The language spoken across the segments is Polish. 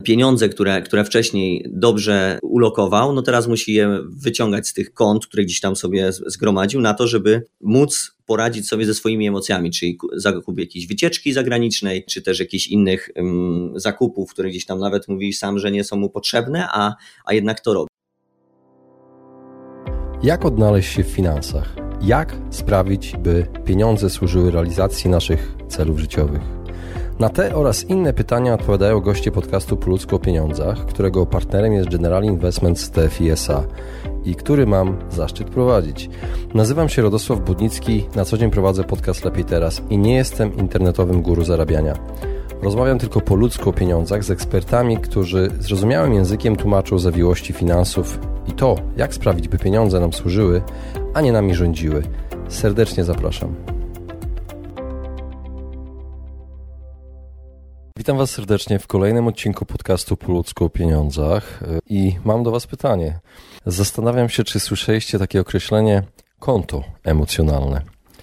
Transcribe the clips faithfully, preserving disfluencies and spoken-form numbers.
pieniądze, które, które wcześniej dobrze ulokował, no teraz musi je wyciągać z tych kont, które gdzieś tam sobie zgromadził na to, żeby móc poradzić sobie ze swoimi emocjami, czyli zakup jakiejś wycieczki zagranicznej, czy też jakichś innych um, zakupów, które gdzieś tam nawet mówi sam, że nie są mu potrzebne, a, a jednak to robi. Jak odnaleźć się w finansach? Jak sprawić, by pieniądze służyły realizacji naszych celów życiowych? Na te oraz inne pytania odpowiadają goście podcastu Po ludzku o pieniądzach, którego partnerem jest General Investments T F I S A i który mam zaszczyt prowadzić. Nazywam się Radosław Budnicki, na co dzień prowadzę podcast Lepiej Teraz i nie jestem internetowym guru zarabiania. Rozmawiam tylko po ludzku o pieniądzach z ekspertami, którzy zrozumiałym językiem tłumaczą zawiłości finansów i to, jak sprawić, by pieniądze nam służyły, a nie nami rządziły. Serdecznie zapraszam. Witam Was serdecznie w kolejnym odcinku podcastu Po ludzku o pieniądzach i mam do Was pytanie. Zastanawiam się, czy słyszeliście takie określenie konto emocjonalne.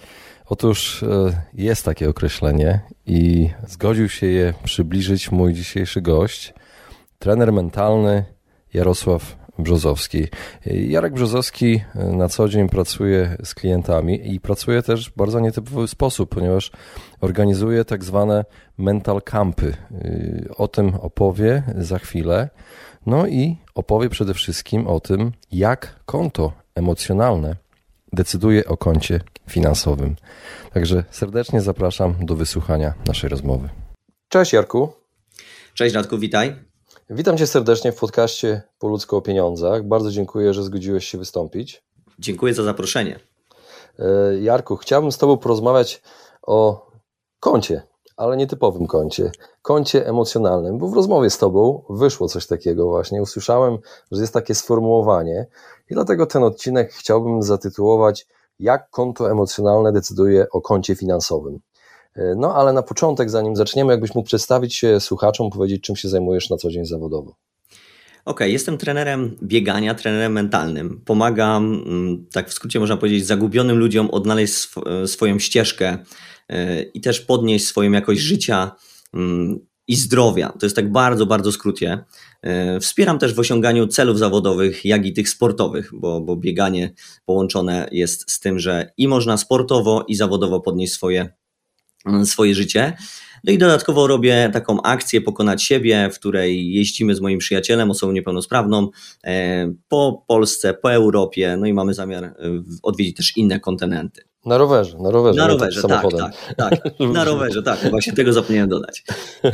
Otóż jest takie określenie i zgodził się je przybliżyć mój dzisiejszy gość, trener mentalny Jarosław Brzozowski. Jarek Brzozowski na co dzień pracuje z klientami i pracuje też w bardzo nietypowy sposób, ponieważ organizuje tak zwane mental campy. O tym opowie za chwilę. No i opowie przede wszystkim o tym, jak konto emocjonalne decyduje o koncie finansowym. Także serdecznie zapraszam do wysłuchania naszej rozmowy. Cześć Jarku. Cześć Radku, witaj. Witam Cię serdecznie w podcaście Po ludzku o pieniądzach. Bardzo dziękuję, że zgodziłeś się wystąpić. Dziękuję za zaproszenie. Jarku, chciałbym z Tobą porozmawiać o koncie, ale nietypowym koncie. Koncie emocjonalnym, bo w rozmowie z Tobą wyszło coś takiego właśnie. Usłyszałem, że jest takie sformułowanie i dlatego ten odcinek chciałbym zatytułować Jak konto emocjonalne decyduje o koncie finansowym. No ale na początek, zanim zaczniemy, jakbyś mógł przedstawić się słuchaczom, powiedzieć, czym się zajmujesz na co dzień zawodowo. Okej, okay, jestem trenerem biegania, trenerem mentalnym. Pomagam, tak w skrócie można powiedzieć, zagubionym ludziom odnaleźć sw- swoją ścieżkę yy, i też podnieść swoją jakość życia yy, i zdrowia. To jest tak bardzo, bardzo w skrócie. Yy, wspieram też w osiąganiu celów zawodowych, jak i tych sportowych, bo, bo bieganie połączone jest z tym, że i można sportowo i zawodowo podnieść swoje swoje życie. No i dodatkowo robię taką akcję Pokonać siebie, w której jeździmy z moim przyjacielem, osobą niepełnosprawną, po Polsce, po Europie, no i mamy zamiar odwiedzić też inne kontynenty. Na rowerze, na rowerze. Na rowerze, tak, tak, tak, na rowerze, tak, właśnie tego zapomniałem dodać.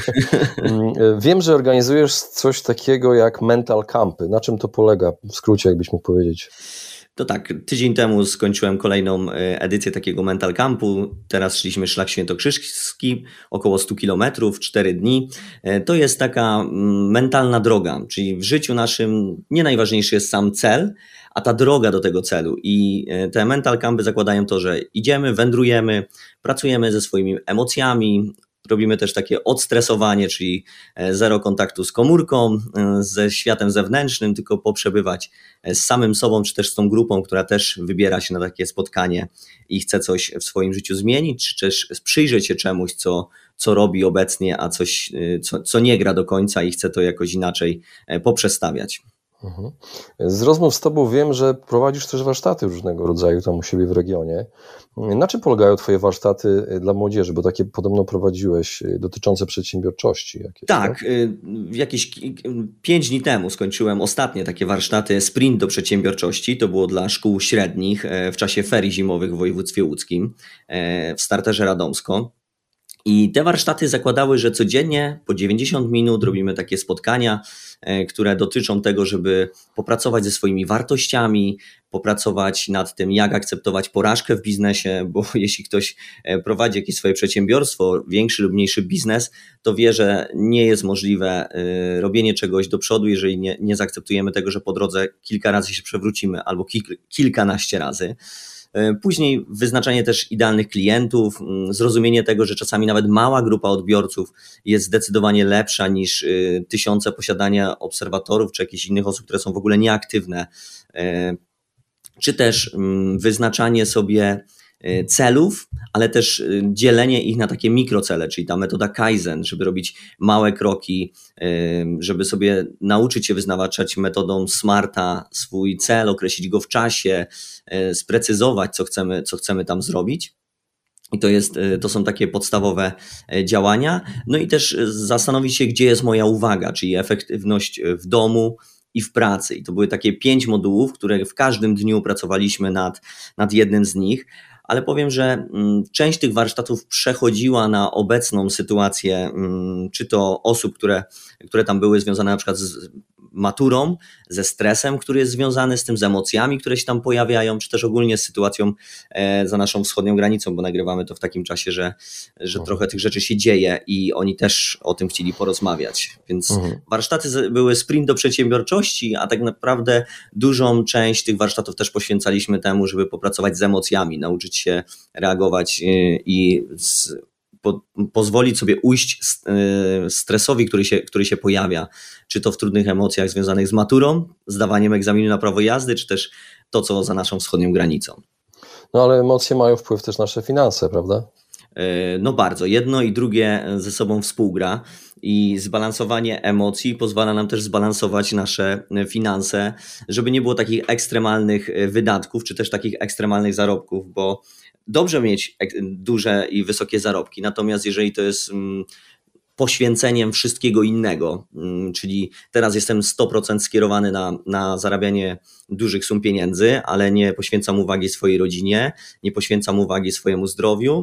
Wiem, że organizujesz coś takiego jak mental campy. Na czym to polega? W skrócie, jakbyś mógł powiedzieć. To tak, tydzień temu skończyłem kolejną edycję takiego mental campu, teraz szliśmy szlak świętokrzyski, około sto kilometrów, cztery dni. To jest taka mentalna droga, czyli w życiu naszym nie najważniejszy jest sam cel, a ta droga do tego celu i te mental campy zakładają to, że idziemy, wędrujemy, pracujemy ze swoimi emocjami, robimy też takie odstresowanie, czyli zero kontaktu z komórką, ze światem zewnętrznym, tylko poprzebywać z samym sobą, czy też z tą grupą, która też wybiera się na takie spotkanie i chce coś w swoim życiu zmienić, czy też przyjrzeć się czemuś, co, co robi obecnie, a coś, co, co nie gra do końca i chce to jakoś inaczej poprzestawiać. Mhm. Z rozmów z Tobą wiem, że prowadzisz też warsztaty różnego rodzaju tam u siebie w regionie. Na czym polegają Twoje warsztaty dla młodzieży? Bo takie podobno prowadziłeś dotyczące przedsiębiorczości. Jakieś, tak, tak, jakieś pięć dni temu skończyłem ostatnie takie warsztaty Sprint do przedsiębiorczości. To było dla szkół średnich w czasie ferii zimowych w województwie łódzkim w Starterze Radomsko. I te warsztaty zakładały, że codziennie po dziewięćdziesiąt minut robimy takie spotkania, które dotyczą tego, żeby popracować ze swoimi wartościami, popracować nad tym, jak akceptować porażkę w biznesie, bo jeśli ktoś prowadzi jakieś swoje przedsiębiorstwo, większy lub mniejszy biznes, to wie, że nie jest możliwe robienie czegoś do przodu, jeżeli nie, nie zaakceptujemy tego, że po drodze kilka razy się przewrócimy albo kilk, kilkanaście razy. Później wyznaczanie też idealnych klientów, zrozumienie tego, że czasami nawet mała grupa odbiorców jest zdecydowanie lepsza niż tysiące posiadania obserwatorów czy jakichś innych osób, które są w ogóle nieaktywne, czy też wyznaczanie sobie celów, ale też dzielenie ich na takie mikrocele, czyli ta metoda Kaizen, żeby robić małe kroki, żeby sobie nauczyć się wyznaczać metodą Smarta swój cel, określić go w czasie, sprecyzować, co chcemy, co chcemy tam zrobić. I to, jest, to są takie podstawowe działania. No i też zastanowić się, gdzie jest moja uwaga, czyli efektywność w domu i w pracy. I to były takie pięć modułów, które w każdym dniu pracowaliśmy nad, nad jednym z nich. Ale powiem, że część tych warsztatów przechodziła na obecną sytuację, czy to osób, które, które tam były związane na przykład z maturą, ze stresem, który jest związany z tym, z emocjami, które się tam pojawiają, czy też ogólnie z sytuacją za naszą wschodnią granicą, bo nagrywamy to w takim czasie, że, że trochę tych rzeczy się dzieje i oni też o tym chcieli porozmawiać. Więc mhm. warsztaty były sprint do przedsiębiorczości, a tak naprawdę dużą część tych warsztatów też poświęcaliśmy temu, żeby popracować z emocjami, nauczyć się reagować i z, po, pozwolić sobie ujść stresowi, który się, który się pojawia, czy to w trudnych emocjach związanych z maturą, zdawaniem egzaminu na prawo jazdy, czy też to, co za naszą wschodnią granicą. No ale emocje mają wpływ też na nasze finanse, prawda? No bardzo. Jedno i drugie ze sobą współgra i zbalansowanie emocji pozwala nam też zbalansować nasze finanse, żeby nie było takich ekstremalnych wydatków, czy też takich ekstremalnych zarobków, bo dobrze mieć duże i wysokie zarobki, natomiast jeżeli to jest poświęceniem wszystkiego innego, czyli teraz jestem sto procent skierowany na, na zarabianie dużych sum pieniędzy, ale nie poświęcam uwagi swojej rodzinie, nie poświęcam uwagi swojemu zdrowiu,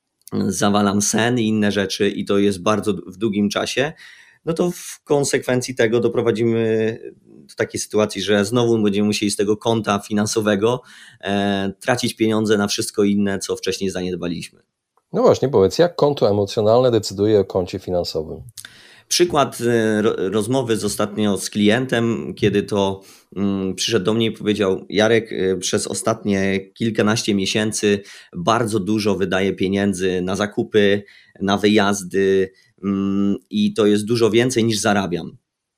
zawalam sen i inne rzeczy i to jest bardzo w długim czasie, no to w konsekwencji tego doprowadzimy do takiej sytuacji, że znowu będziemy musieli z tego konta finansowego e, tracić pieniądze na wszystko inne, co wcześniej zaniedbaliśmy. No właśnie, powiedz, jak konto emocjonalne decyduje o koncie finansowym? Przykład rozmowy z ostatnio z klientem, kiedy to um, przyszedł do mnie i powiedział: Jarek, przez ostatnie kilkanaście miesięcy bardzo dużo wydaję pieniędzy na zakupy, na wyjazdy um, i to jest dużo więcej niż zarabiam.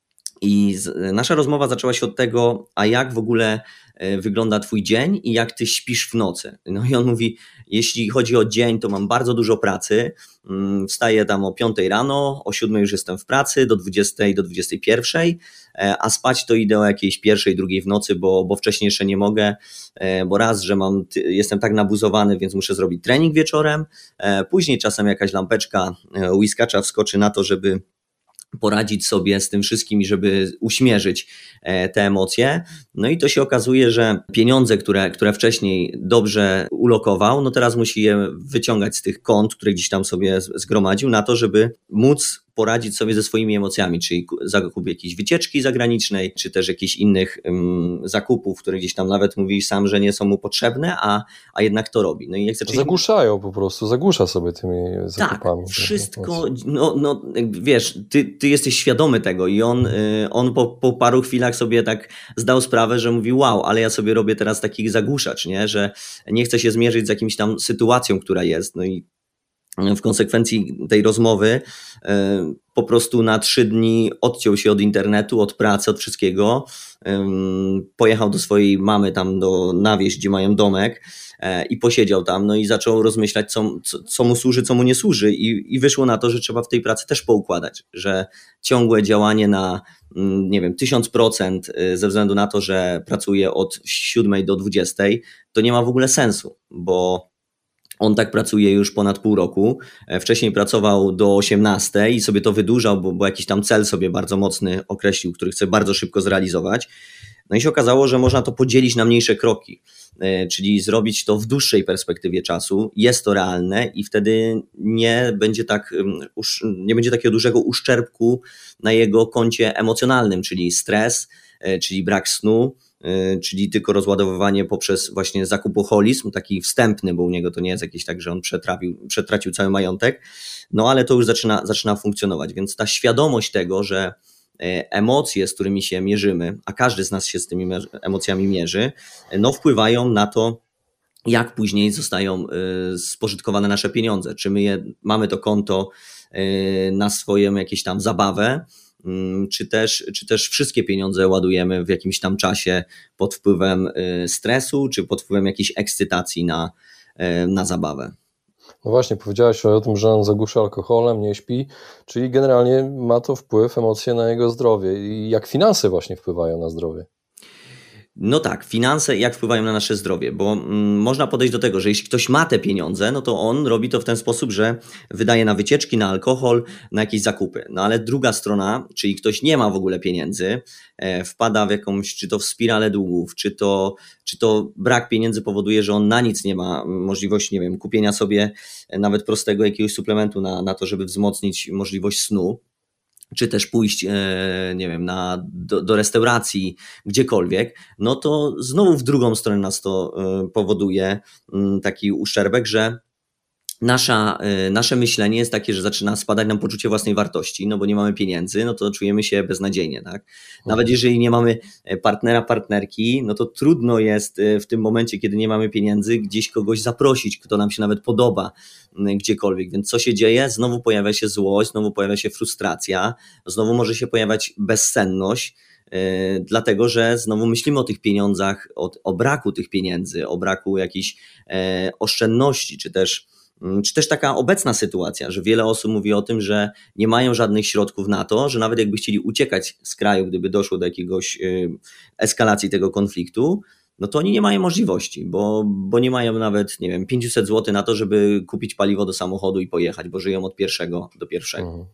I z, nasza rozmowa zaczęła się od tego, a jak w ogóle wygląda twój dzień i jak ty śpisz w nocy. No i on mówi, jeśli chodzi o dzień, to mam bardzo dużo pracy, wstaję tam o piątej rano, o siódmej już jestem w pracy, do dwudziestej, do dwudziestej pierwszej, a spać to idę o jakiejś pierwszej, drugiej w nocy, bo, bo wcześniej jeszcze nie mogę, bo raz, że mam, jestem tak nabuzowany, więc muszę zrobić trening wieczorem, później czasem jakaś lampeczka whiskacza wskoczy na to, żeby poradzić sobie z tym wszystkim i żeby uśmierzyć te emocje. No i to się okazuje, że pieniądze, które, które wcześniej dobrze ulokował, no teraz musi je wyciągać z tych kont, które gdzieś tam sobie zgromadził, na to, żeby móc poradzić sobie ze swoimi emocjami, czyli zakup jakiejś wycieczki zagranicznej, czy też jakichś innych um, zakupów, które gdzieś tam nawet mówi sam, że nie są mu potrzebne, a, a jednak to robi. No i jak zaczęliśmy... Zagłuszają po prostu, zagłusza sobie tymi zakupami. Tak, wszystko, no, no wiesz, ty, ty jesteś świadomy tego i on, on po, po paru chwilach sobie tak zdał sprawę, że mówi wow, ale ja sobie robię teraz taki zagłuszacz, nie? Że nie chcę się zmierzyć z jakimś tam sytuacją, która jest, no i w konsekwencji tej rozmowy po prostu na trzy dni odciął się od internetu, od pracy, od wszystkiego. Pojechał do swojej mamy tam do, na wieś, gdzie mają domek i posiedział tam, no i zaczął rozmyślać, co, co, co mu służy, co mu nie służy i, i wyszło na to, że trzeba w tej pracy też poukładać, że ciągłe działanie na, nie wiem, tysiąc procent ze względu na to, że pracuje od siódmej do dwudziestej, to nie ma w ogóle sensu, bo on tak pracuje już ponad pół roku. Wcześniej pracował do osiemnastej i sobie to wydłużał, bo, bo jakiś tam cel sobie bardzo mocny określił, który chce bardzo szybko zrealizować. No i się okazało, że można to podzielić na mniejsze kroki, czyli zrobić to w dłuższej perspektywie czasu. Jest to realne i wtedy nie będzie tak, nie będzie takiego dużego uszczerbku na jego koncie emocjonalnym, czyli stres, czyli brak snu, czyli tylko rozładowywanie poprzez właśnie zakupoholizm, taki wstępny, bo u niego to nie jest jakieś tak, że on przetrawił, przetracił cały majątek, no ale to już zaczyna, zaczyna funkcjonować, więc ta świadomość tego, że emocje, z którymi się mierzymy, a każdy z nas się z tymi emocjami mierzy, no wpływają na to, jak później zostają spożytkowane nasze pieniądze, czy my je, mamy to konto na swoją jakieś tam zabawę, czy też, czy też wszystkie pieniądze ładujemy w jakimś tam czasie pod wpływem stresu, czy pod wpływem jakiejś ekscytacji na, na zabawę. No właśnie, powiedziałeś o tym, że on zagłusza alkoholem, nie śpi, czyli generalnie ma to wpływ, emocje na jego zdrowie. I jak finanse właśnie wpływają na zdrowie? No tak, finanse jak wpływają na nasze zdrowie, bo mm, można podejść do tego, że jeśli ktoś ma te pieniądze, no to on robi to w ten sposób, że wydaje na wycieczki, na alkohol, na jakieś zakupy. No ale druga strona, czyli ktoś nie ma w ogóle pieniędzy, e, wpada w jakąś, czy to w spiralę długów, czy to, czy to brak pieniędzy powoduje, że on na nic nie ma możliwości, nie wiem, kupienia sobie nawet prostego jakiegoś suplementu na, na to, żeby wzmocnić możliwość snu, czy też pójść, nie wiem, na, do, do restauracji, gdziekolwiek, no to znowu w drugą stronę nas to powoduje taki uszczerbek, że Nasza, nasze myślenie jest takie, że zaczyna spadać nam poczucie własnej wartości, no bo nie mamy pieniędzy, no to czujemy się beznadziejnie, tak? Nawet jeżeli nie mamy partnera, partnerki, no to trudno jest w tym momencie, kiedy nie mamy pieniędzy, gdzieś kogoś zaprosić, kto nam się nawet podoba gdziekolwiek, więc co się dzieje? Znowu pojawia się złość, znowu pojawia się frustracja, znowu może się pojawiać bezsenność, Yy, dlatego, że znowu myślimy o tych pieniądzach, o, o braku tych pieniędzy, o braku jakiejś e, oszczędności, czy też Czy też taka obecna sytuacja, że wiele osób mówi o tym, że nie mają żadnych środków na to, że nawet jakby chcieli uciekać z kraju, gdyby doszło do jakiegoś eskalacji tego konfliktu, no to oni nie mają możliwości, bo, bo nie mają nawet, nie wiem, pięćset złotych na to, żeby kupić paliwo do samochodu i pojechać, bo żyją od pierwszego do pierwszego. Mhm.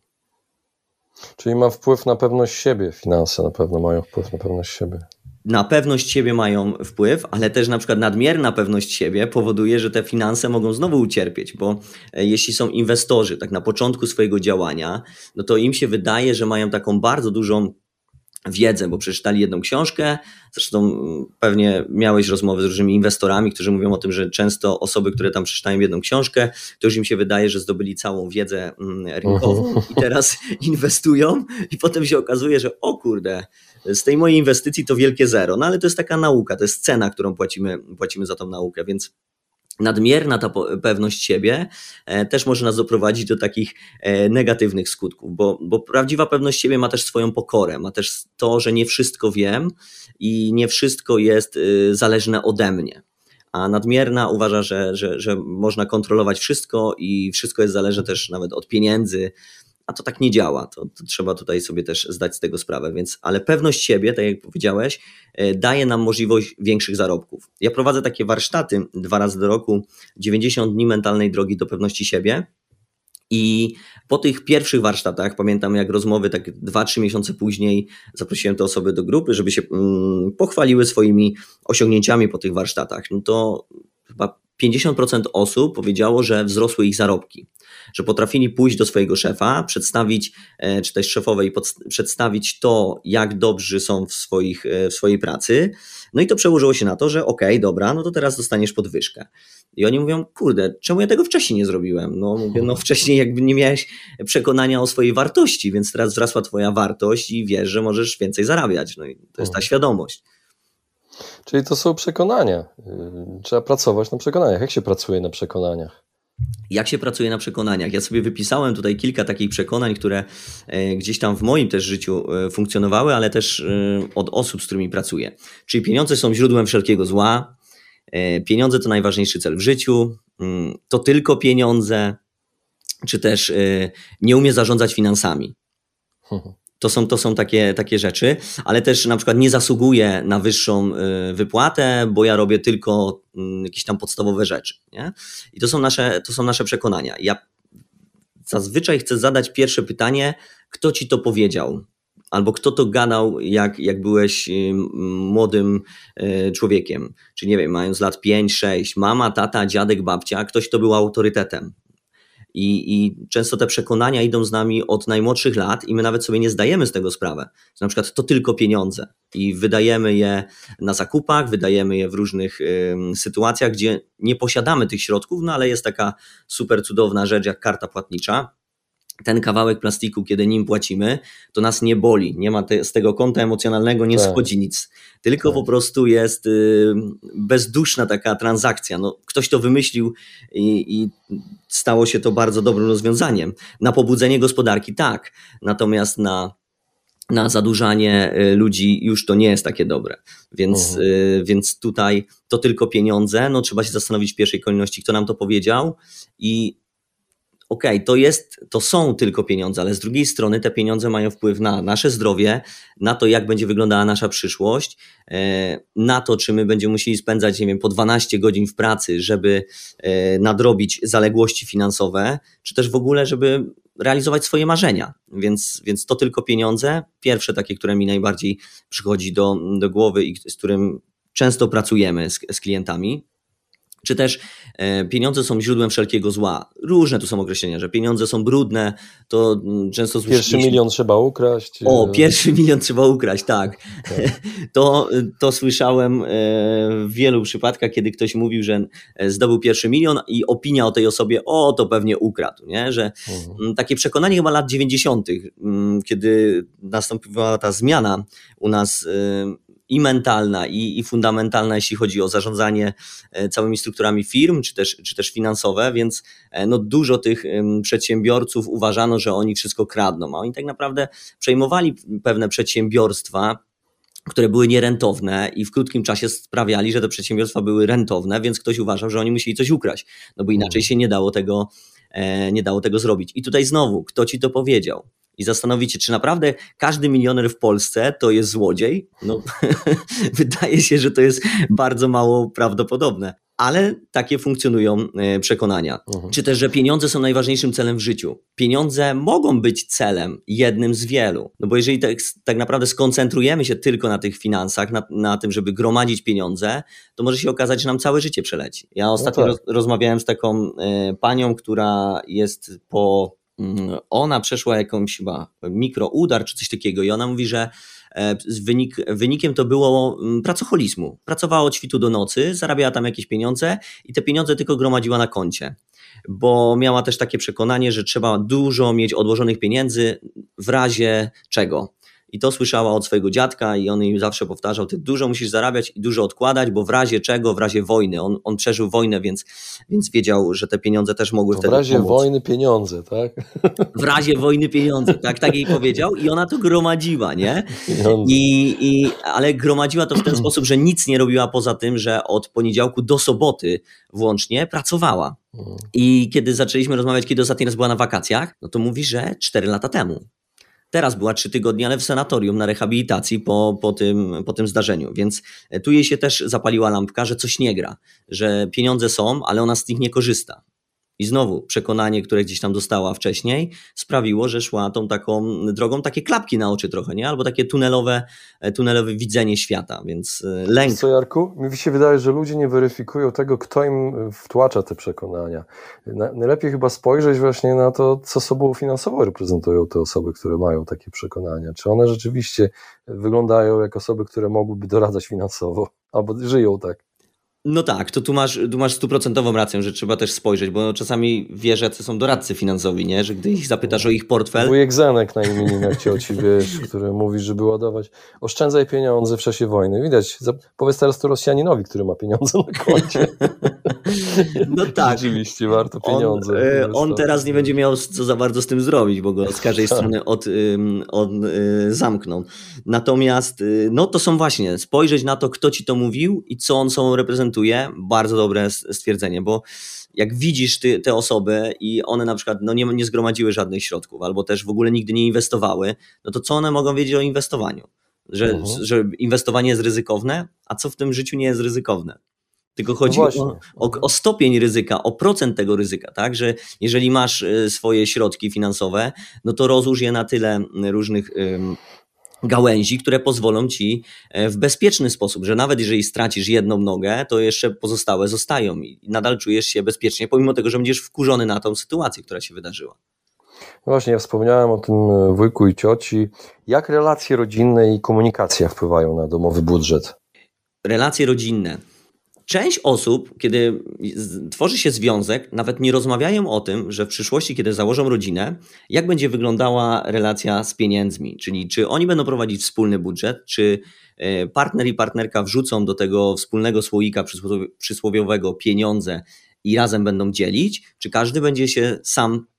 Czyli ma wpływ na pewność siebie, finanse na pewno mają wpływ na pewność siebie. Na pewność siebie mają wpływ, ale też na przykład nadmierna pewność siebie powoduje, że te finanse mogą znowu ucierpieć, bo jeśli są inwestorzy tak na początku swojego działania, no to im się wydaje, że mają taką bardzo dużą wiedzę, bo przeczytali jedną książkę, zresztą pewnie miałeś rozmowy z różnymi inwestorami, którzy mówią o tym, że często osoby, które tam przeczytają jedną książkę, to już im się wydaje, że zdobyli całą wiedzę rynkową i teraz inwestują i potem się okazuje, że o kurde, z tej mojej inwestycji to wielkie zero, no ale to jest taka nauka, to jest cena, którą płacimy, płacimy za tą naukę, więc nadmierna ta pewność siebie też może nas doprowadzić do takich negatywnych skutków, bo, bo prawdziwa pewność siebie ma też swoją pokorę, ma też to, że nie wszystko wiem i nie wszystko jest zależne ode mnie. A nadmierna uważa, że, że, że można kontrolować wszystko i wszystko jest zależne też nawet od pieniędzy, a to tak nie działa, to, to trzeba tutaj sobie też zdać z tego sprawę, więc, ale pewność siebie, tak jak powiedziałeś, daje nam możliwość większych zarobków. Ja prowadzę takie warsztaty dwa razy do roku, dziewięćdziesiąt dni mentalnej drogi do pewności siebie i po tych pierwszych warsztatach, pamiętam jak rozmowy tak dwa trzy miesiące później zaprosiłem te osoby do grupy, żeby się mm, pochwaliły swoimi osiągnięciami po tych warsztatach, no to chyba pięćdziesiąt procent osób powiedziało, że wzrosły ich zarobki, że potrafili pójść do swojego szefa, przedstawić, czy też szefowej, przedstawić to, jak dobrzy są w, swoich, w swojej pracy, no i to przełożyło się na to, że okej, okay, dobra, no to teraz dostaniesz podwyżkę. I oni mówią, kurde, czemu ja tego wcześniej nie zrobiłem? No mówię, no wcześniej jakby nie miałeś przekonania o swojej wartości, więc teraz wzrosła twoja wartość i wiesz, że możesz więcej zarabiać, no i to jest ta świadomość. Czyli to są przekonania. Trzeba pracować na przekonaniach. Jak się pracuje na przekonaniach? Jak się pracuje na przekonaniach? Ja sobie wypisałem tutaj kilka takich przekonań, które gdzieś tam w moim też życiu funkcjonowały, ale też od osób, z którymi pracuję. Czyli pieniądze są źródłem wszelkiego zła, pieniądze to najważniejszy cel w życiu, to tylko pieniądze, czy też nie umie zarządzać finansami. To są, to są takie, takie rzeczy, ale też na przykład nie zasługuję na wyższą wypłatę, bo ja robię tylko jakieś tam podstawowe rzeczy. Nie? I to są nasze, to są nasze przekonania. Ja zazwyczaj chcę zadać pierwsze pytanie, kto ci to powiedział? Albo kto to gadał, jak, jak byłeś młodym człowiekiem? Czy nie wiem, mając lat pięć, sześć, mama, tata, dziadek, babcia, ktoś, kto był autorytetem. I, I często te przekonania idą z nami od najmłodszych lat i my nawet sobie nie zdajemy z tego sprawę, że na przykład to tylko pieniądze i wydajemy je na zakupach, wydajemy je w różnych y, sytuacjach, gdzie nie posiadamy tych środków, no ale jest taka super cudowna rzecz jak karta płatnicza. Ten kawałek plastiku, kiedy nim płacimy, to nas nie boli, nie ma te, z tego konta emocjonalnego, nie tak. schodzi nic, tylko tak. po prostu jest y, bezduszna taka transakcja. No, ktoś to wymyślił i, i stało się to bardzo dobrym rozwiązaniem. Na pobudzenie gospodarki tak, natomiast na na zadłużanie ludzi już to nie jest takie dobre. Więc, mhm. więc tutaj to tylko pieniądze, no trzeba się zastanowić w pierwszej kolejności, kto nam to powiedział i okej, okay, to jest, to są tylko pieniądze, ale z drugiej strony te pieniądze mają wpływ na nasze zdrowie, na to, jak będzie wyglądała nasza przyszłość, na to, czy my będziemy musieli spędzać, nie wiem, po dwanaście godzin w pracy, żeby nadrobić zaległości finansowe, czy też w ogóle, żeby realizować swoje marzenia. Więc, więc to tylko pieniądze. Pierwsze takie, które mi najbardziej przychodzi do, do głowy i z którym często pracujemy z, z klientami. Czy też e, pieniądze są źródłem wszelkiego zła. Różne tu są określenia, że pieniądze są brudne, to często słyszymy. Pierwszy milion trzeba ukraść. O, pierwszy milion trzeba ukraść, tak. tak. To, to słyszałem w wielu przypadkach, kiedy ktoś mówił, że zdobył pierwszy milion i opinia o tej osobie, o, to pewnie ukradł, nie? Że mhm. takie przekonanie chyba lat dziewięćdziesiątych, kiedy nastąpiła ta zmiana u nas i mentalna, i, i fundamentalna, jeśli chodzi o zarządzanie całymi strukturami firm, czy też, czy też finansowe, więc no dużo tych przedsiębiorców uważano, że oni wszystko kradną, a oni tak naprawdę przejmowali pewne przedsiębiorstwa, które były nierentowne i w krótkim czasie sprawiali, że te przedsiębiorstwa były rentowne, więc ktoś uważał, że oni musieli coś ukraść, no bo inaczej się nie dało tego, nie dało tego zrobić. I tutaj znowu, kto ci to powiedział? I zastanowić się, czy naprawdę każdy milioner w Polsce to jest złodziej? No, wydaje się, że to jest bardzo mało prawdopodobne. Ale takie funkcjonują przekonania. Mhm. Czy też, że pieniądze są najważniejszym celem w życiu. Pieniądze mogą być celem, jednym z wielu. No bo jeżeli tak, tak naprawdę skoncentrujemy się tylko na tych finansach, na, na tym, żeby gromadzić pieniądze, to może się okazać, że nam całe życie przeleci. Ja ostatnio no tak. roz, rozmawiałem z taką y, panią, która jest po... Ona przeszła jakąś chyba mikroudar czy coś takiego i ona mówi, że wynik, wynikiem to było pracoholizmu. Pracowała od świtu do nocy, zarabiała tam jakieś pieniądze i te pieniądze tylko gromadziła na koncie, bo miała też takie przekonanie, że trzeba dużo mieć odłożonych pieniędzy w razie czego. I to słyszała od swojego dziadka i on jej zawsze powtarzał, ty dużo musisz zarabiać i dużo odkładać, bo w razie czego, w razie wojny. On, on przeżył wojnę, więc, więc wiedział, że te pieniądze też mogły to wtedy pomóc. W razie pomóc. wojny pieniądze, tak? W razie wojny pieniądze, tak, tak jej powiedział i ona to gromadziła, nie? I, i, ale gromadziła to w ten sposób, że nic nie robiła poza tym, że od poniedziałku do soboty włącznie pracowała. I kiedy zaczęliśmy rozmawiać, kiedy ostatni raz była na wakacjach, no to mówi, że cztery lata temu. Teraz była trzy tygodnie, ale w sanatorium na rehabilitacji po, po, tym, po tym zdarzeniu, więc tu jej się też zapaliła lampka, że coś nie gra, że pieniądze są, ale ona z nich nie korzysta. I znowu przekonanie, które gdzieś tam dostała wcześniej, sprawiło, że szła tą taką drogą, takie klapki na oczy trochę, nie? Albo takie tunelowe, tunelowe widzenie świata, więc lęk. Co, Jarku? Mi się wydaje, że ludzie nie weryfikują tego, kto im wtłacza te przekonania. Najlepiej chyba spojrzeć właśnie na to, co sobą finansowo reprezentują te osoby, które mają takie przekonania. Czy one rzeczywiście wyglądają jak osoby, które mogłyby doradzać finansowo, albo żyją tak. No tak, to tu masz, tu masz stuprocentową rację, że trzeba też spojrzeć, bo czasami wiesz, jacy są doradcy finansowi, nie? Że gdy ich zapytasz o ich portfel... Wujek Zenek na imieninach cioci, wiesz, który mówi, żeby ładować. Oszczędzaj pieniądze w czasie wojny. Widać, powiedz teraz to Rosjaninowi, który ma pieniądze na koncie. No tak. Rzeczywiście, warto pieniądze. On, on teraz nie będzie miał co za bardzo z tym zrobić, bo go z każdej tak. strony od, od, zamkną. Natomiast no to są właśnie, spojrzeć na to, kto ci to mówił i co on sobą reprezentuje. Bardzo dobre stwierdzenie, bo jak widzisz ty, te osoby i one na przykład no nie, nie zgromadziły żadnych środków albo też w ogóle nigdy nie inwestowały, no to co one mogą wiedzieć o inwestowaniu? Że, uh-huh. że inwestowanie jest ryzykowne, a co w tym życiu nie jest ryzykowne? Tylko chodzi no o, o, o stopień ryzyka, o procent tego ryzyka, tak? Że jeżeli masz swoje środki finansowe, no to rozłóż je na tyle różnych ym, gałęzi, które pozwolą ci w bezpieczny sposób, że nawet jeżeli stracisz jedną nogę, to jeszcze pozostałe zostają i nadal czujesz się bezpiecznie, pomimo tego, że będziesz wkurzony na tą sytuację, która się wydarzyła. No właśnie, ja wspomniałem o tym wujku i cioci. Jak relacje rodzinne i komunikacja wpływają na domowy budżet? Relacje rodzinne. Część osób, kiedy tworzy się związek, nawet nie rozmawiają o tym, że w przyszłości, kiedy założą rodzinę, jak będzie wyglądała relacja z pieniędzmi, czyli czy oni będą prowadzić wspólny budżet, czy partner i partnerka wrzucą do tego wspólnego słoika przysłowiowego pieniądze i razem będą dzielić, czy każdy będzie się sam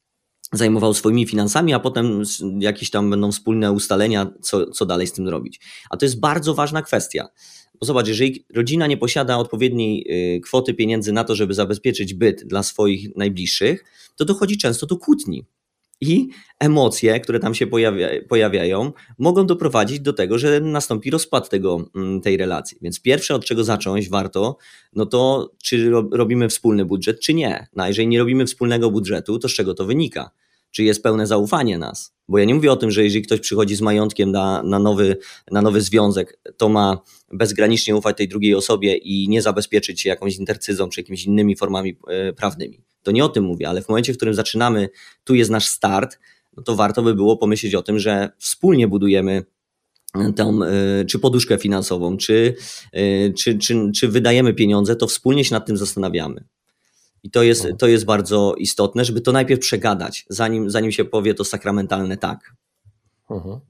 zajmował swoimi finansami, a potem jakieś tam będą wspólne ustalenia, co, co dalej z tym robić. A to jest bardzo ważna kwestia. Bo zobacz, jeżeli rodzina nie posiada odpowiedniej kwoty pieniędzy na to, żeby zabezpieczyć byt dla swoich najbliższych, to dochodzi często do kłótni. I emocje, które tam się pojawia, pojawiają, mogą doprowadzić do tego, że nastąpi rozpad tego, tej relacji. Więc pierwsze, od czego zacząć warto, no to czy robimy wspólny budżet, czy nie. No a jeżeli nie robimy wspólnego budżetu, to z czego to wynika? Czy jest pełne zaufanie nas? Bo ja nie mówię o tym, że jeżeli ktoś przychodzi z majątkiem na, na, nowy, na nowy związek, to ma bezgranicznie ufać tej drugiej osobie i nie zabezpieczyć się jakąś intercyzą czy jakimiś innymi formami e, prawnymi. To nie o tym mówię, ale w momencie, w którym zaczynamy, tu jest nasz start, no to warto by było pomyśleć o tym, że wspólnie budujemy tą, e, czy poduszkę finansową, czy, e, czy, czy, czy wydajemy pieniądze, to wspólnie się nad tym zastanawiamy. I to jest, to jest bardzo istotne, żeby to najpierw przegadać, zanim, zanim się powie to sakramentalne tak. Mhm.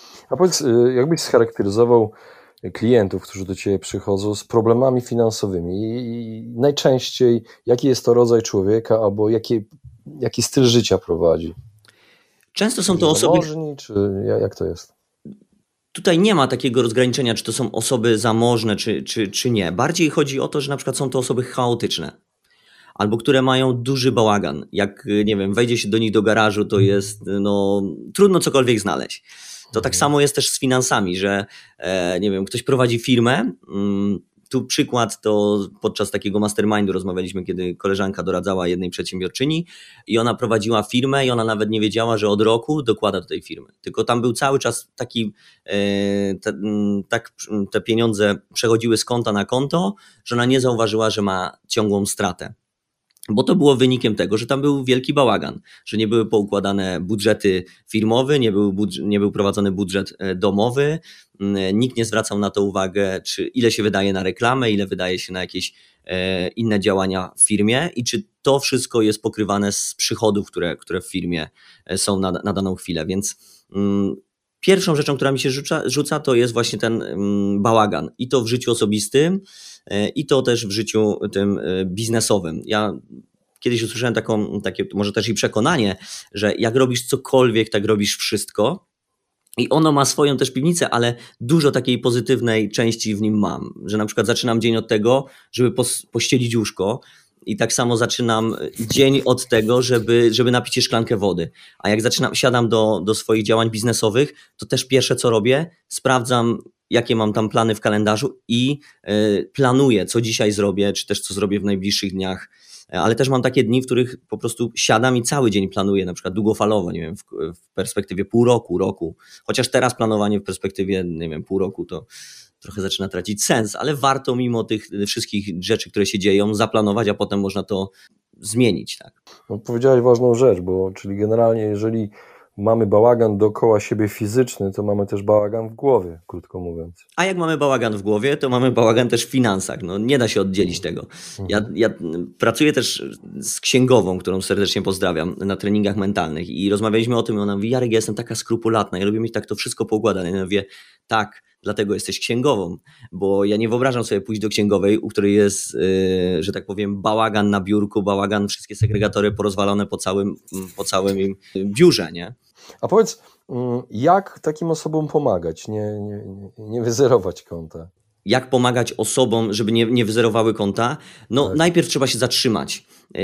A powiedz, jakbyś scharakteryzował klientów, którzy do Ciebie przychodzą z problemami finansowymi i najczęściej jaki jest to rodzaj człowieka albo jaki, jaki styl życia prowadzi? Często są to osoby... Zamożni, czy jak to jest? Tutaj nie ma takiego rozgraniczenia, czy to są osoby zamożne, czy, czy, czy nie. Bardziej chodzi o to, że na przykład są to osoby chaotyczne. Albo które mają duży bałagan. Jak, nie wiem, wejdzie się do nich do garażu, to jest, no, trudno cokolwiek znaleźć. To tak samo jest też z finansami, że, e, nie wiem, ktoś prowadzi firmę. Mm, tu przykład to podczas takiego mastermindu rozmawialiśmy, kiedy koleżanka doradzała jednej przedsiębiorczyni i ona prowadziła firmę i ona nawet nie wiedziała, że od roku dokłada do tej firmy. Tylko tam był cały czas taki, e, te, tak te pieniądze przechodziły z konta na konto, że ona nie zauważyła, że ma ciągłą stratę. Bo to było wynikiem tego, że tam był wielki bałagan, że nie były poukładane budżety firmowe, nie był, budżet, nie był prowadzony budżet domowy, nikt nie zwracał na to uwagę, czy ile się wydaje na reklamę, ile wydaje się na jakieś e, inne działania w firmie i czy to wszystko jest pokrywane z przychodów, które, które w firmie są na, na daną chwilę. Więc mm, pierwszą rzeczą, która mi się rzuca, rzuca, to jest właśnie ten mm, bałagan i to w życiu osobistym, i to też w życiu tym biznesowym. Ja kiedyś usłyszałem taką, takie może też i przekonanie, że jak robisz cokolwiek, tak robisz wszystko i ono ma swoją też piwnicę, ale dużo takiej pozytywnej części w nim mam, że na przykład zaczynam dzień od tego, żeby pościelić łóżko i tak samo zaczynam dzień od tego, żeby, żeby napić się szklankę wody, a jak zaczynam, siadam do, do swoich działań biznesowych, to też pierwsze co robię, sprawdzam jakie mam tam plany w kalendarzu i y, planuję, co dzisiaj zrobię, czy też co zrobię w najbliższych dniach, ale też mam takie dni, w których po prostu siadam i cały dzień planuję, na przykład długofalowo, nie wiem, w, w perspektywie pół roku, roku, chociaż teraz planowanie w perspektywie, nie wiem, pół roku to trochę zaczyna tracić sens, ale warto mimo tych wszystkich rzeczy, które się dzieją, zaplanować, a potem można to zmienić. Tak? No, powiedziałeś ważną rzecz, bo czyli generalnie jeżeli mamy bałagan dookoła siebie fizyczny, to mamy też bałagan w głowie, krótko mówiąc. A jak mamy bałagan w głowie, to mamy bałagan też w finansach. No, nie da się oddzielić tego. Ja, ja pracuję też z księgową, którą serdecznie pozdrawiam, na treningach mentalnych i rozmawialiśmy o tym i ona mówi, Jarek, ja jestem taka skrupulatna, ja lubię mieć tak to wszystko poukładane. Ja mówię, tak, dlatego jesteś księgową, bo ja nie wyobrażam sobie pójść do księgowej, u której jest, yy, że tak powiem, bałagan na biurku, bałagan, wszystkie segregatory porozwalone po całym, po całym im biurze, nie? A powiedz, jak takim osobom pomagać, nie, nie, nie wyzerować konta? Jak pomagać osobom, żeby nie, nie wyzerowały konta? No tak. Najpierw trzeba się zatrzymać.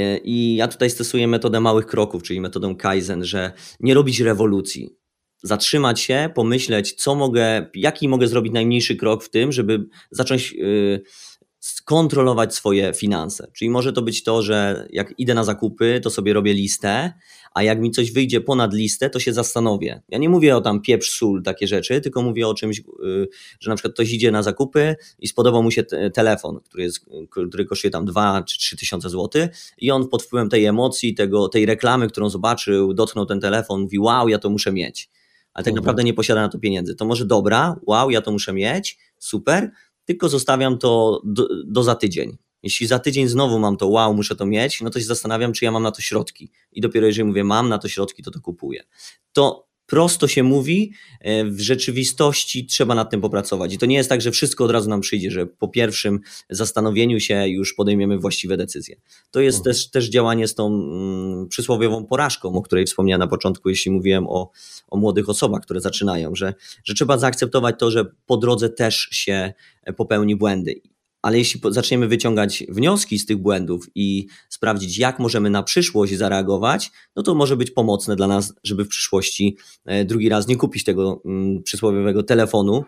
I ja tutaj stosuję metodę małych kroków, czyli metodę Kaizen, że nie robić rewolucji. Zatrzymać się, pomyśleć, co mogę, jaki mogę zrobić najmniejszy krok w tym, żeby zacząć yy, skontrolować swoje finanse. Czyli może to być to, że jak idę na zakupy, to sobie robię listę, a jak mi coś wyjdzie ponad listę, to się zastanowię. Ja nie mówię o tam pieprz, sól, takie rzeczy, tylko mówię o czymś, że na przykład ktoś idzie na zakupy i spodobał mu się telefon, który, jest, który kosztuje tam dwa czy trzy tysiące złotych i on pod wpływem tej emocji, tego, tej reklamy, którą zobaczył, dotknął ten telefon, mówi wow, ja to muszę mieć. Ale tak mhm. naprawdę nie posiada na to pieniędzy. To może dobra, wow, ja to muszę mieć, super, tylko zostawiam to do, do za tydzień. Jeśli za tydzień znowu mam to wow, muszę to mieć, no to się zastanawiam, czy ja mam na to środki. I dopiero jeżeli mówię, mam na to środki, to to kupuję. To prosto się mówi, w rzeczywistości trzeba nad tym popracować. I to nie jest tak, że wszystko od razu nam przyjdzie, że po pierwszym zastanowieniu się już podejmiemy właściwe decyzje. To jest mhm. też, też działanie z tą mm, przysłowiową porażką, o której wspomniałem na początku, jeśli mówiłem o, o młodych osobach, które zaczynają, że, że trzeba zaakceptować to, że po drodze też się popełni błędy. Ale jeśli zaczniemy wyciągać wnioski z tych błędów i sprawdzić, jak możemy na przyszłość zareagować, no to może być pomocne dla nas, żeby w przyszłości drugi raz nie kupić tego przysłowiowego telefonu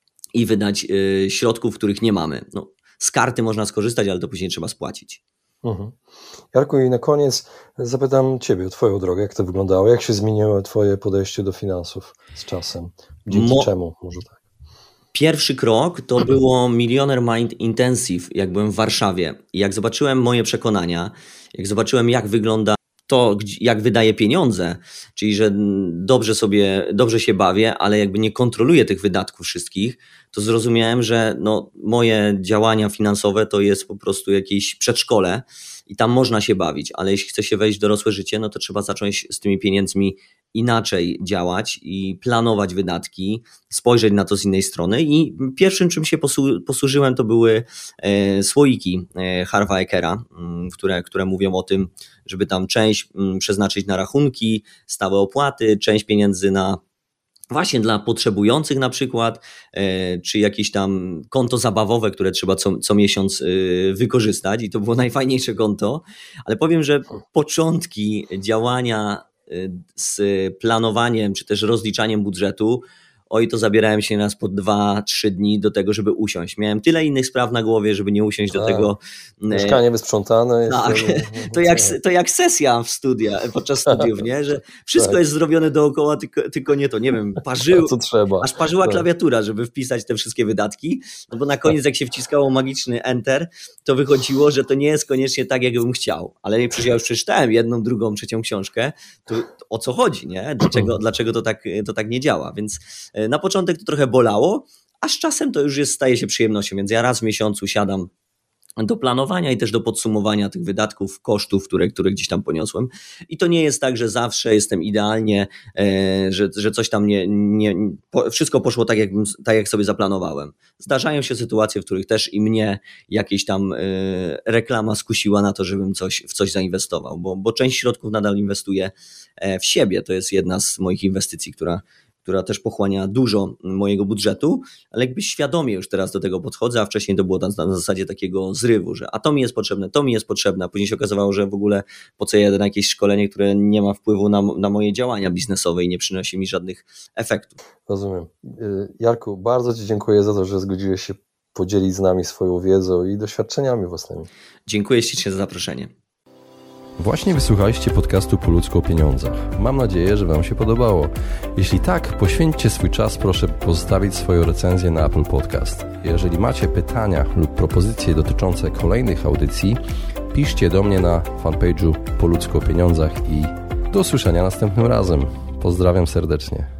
i wydać środków, których nie mamy. No, z karty można skorzystać, ale to później trzeba spłacić. Mhm. Jarku, i na koniec zapytam Ciebie o Twoją drogę, jak to wyglądało, jak się zmieniło Twoje podejście do finansów z czasem, dzięki Mo- czemu może tak? Pierwszy krok to było Millionaire Mind Intensive, jak byłem w Warszawie. I jak zobaczyłem moje przekonania, jak zobaczyłem, jak wygląda to, jak wydaję pieniądze, czyli że dobrze sobie, dobrze się bawię, ale jakby nie kontroluję tych wydatków wszystkich, to zrozumiałem, że no, moje działania finansowe to jest po prostu jakieś przedszkole i tam można się bawić, ale jeśli chce się wejść w dorosłe życie, no to trzeba zacząć z tymi pieniędzmi inaczej działać i planować wydatki, spojrzeć na to z innej strony. I pierwszym, czym się posłu- posłużyłem, to były e, słoiki e, Harva Ekera, m, które, które mówią o tym, żeby tam część m, przeznaczyć na rachunki, stałe opłaty, część pieniędzy na właśnie dla potrzebujących na przykład, e, czy jakieś tam konto zabawowe, które trzeba co, co miesiąc e, wykorzystać i to było najfajniejsze konto, ale powiem, że początki działania e, z planowaniem, czy też rozliczaniem budżetu, oj, to zabierałem się raz po dwa, trzy dni do tego, żeby usiąść. Miałem tyle innych spraw na głowie, żeby nie usiąść do A, tego. Mieszkanie wysprzątane. Tak, to jak, to jak sesja w studia, podczas studiów, nie? Że wszystko tak. jest zrobione dookoła, tylko, tylko nie to, nie wiem, parzył, co trzeba. aż parzyła tak. klawiatura, żeby wpisać te wszystkie wydatki, no bo na koniec jak się wciskało magiczny enter, to wychodziło, że to nie jest koniecznie tak, jakbym chciał, ale jak ja już przeczytałem jedną, drugą, trzecią książkę, to o co chodzi, nie? Dlaczego, dlaczego to, tak, to tak nie działa, więc na początek to trochę bolało, a z czasem to już jest, staje się przyjemnością, więc ja raz w miesiącu siadam do planowania i też do podsumowania tych wydatków, kosztów, które, które gdzieś tam poniosłem. I to nie jest tak, że zawsze jestem idealnie, e, że, że coś tam nie, nie po, wszystko poszło tak jak, tak, jak sobie zaplanowałem. Zdarzają się sytuacje, w których też i mnie jakieś tam e, reklama skusiła na to, żebym coś, w coś zainwestował, bo, bo część środków nadal inwestuję w siebie. To jest jedna z moich inwestycji, która która też pochłania dużo mojego budżetu, ale jakby świadomie już teraz do tego podchodzę, a wcześniej to było na, na zasadzie takiego zrywu, że a to mi jest potrzebne, to mi jest potrzebne, a później się okazywało, że w ogóle po co ja jadę na jakieś szkolenie, które nie ma wpływu na, na moje działania biznesowe i nie przynosi mi żadnych efektów. Rozumiem. Jarku, bardzo Ci dziękuję za to, że zgodziłeś się podzielić z nami swoją wiedzą i doświadczeniami własnymi. Dziękuję ślicznie za zaproszenie. Właśnie wysłuchaliście podcastu Po ludzku o pieniądzach. Mam nadzieję, że Wam się podobało. Jeśli tak, poświęćcie swój czas, proszę pozostawić swoją recenzję na Apple Podcast. Jeżeli macie pytania lub propozycje dotyczące kolejnych audycji, piszcie do mnie na fanpage'u Po ludzku o pieniądzach i do usłyszenia następnym razem. Pozdrawiam serdecznie.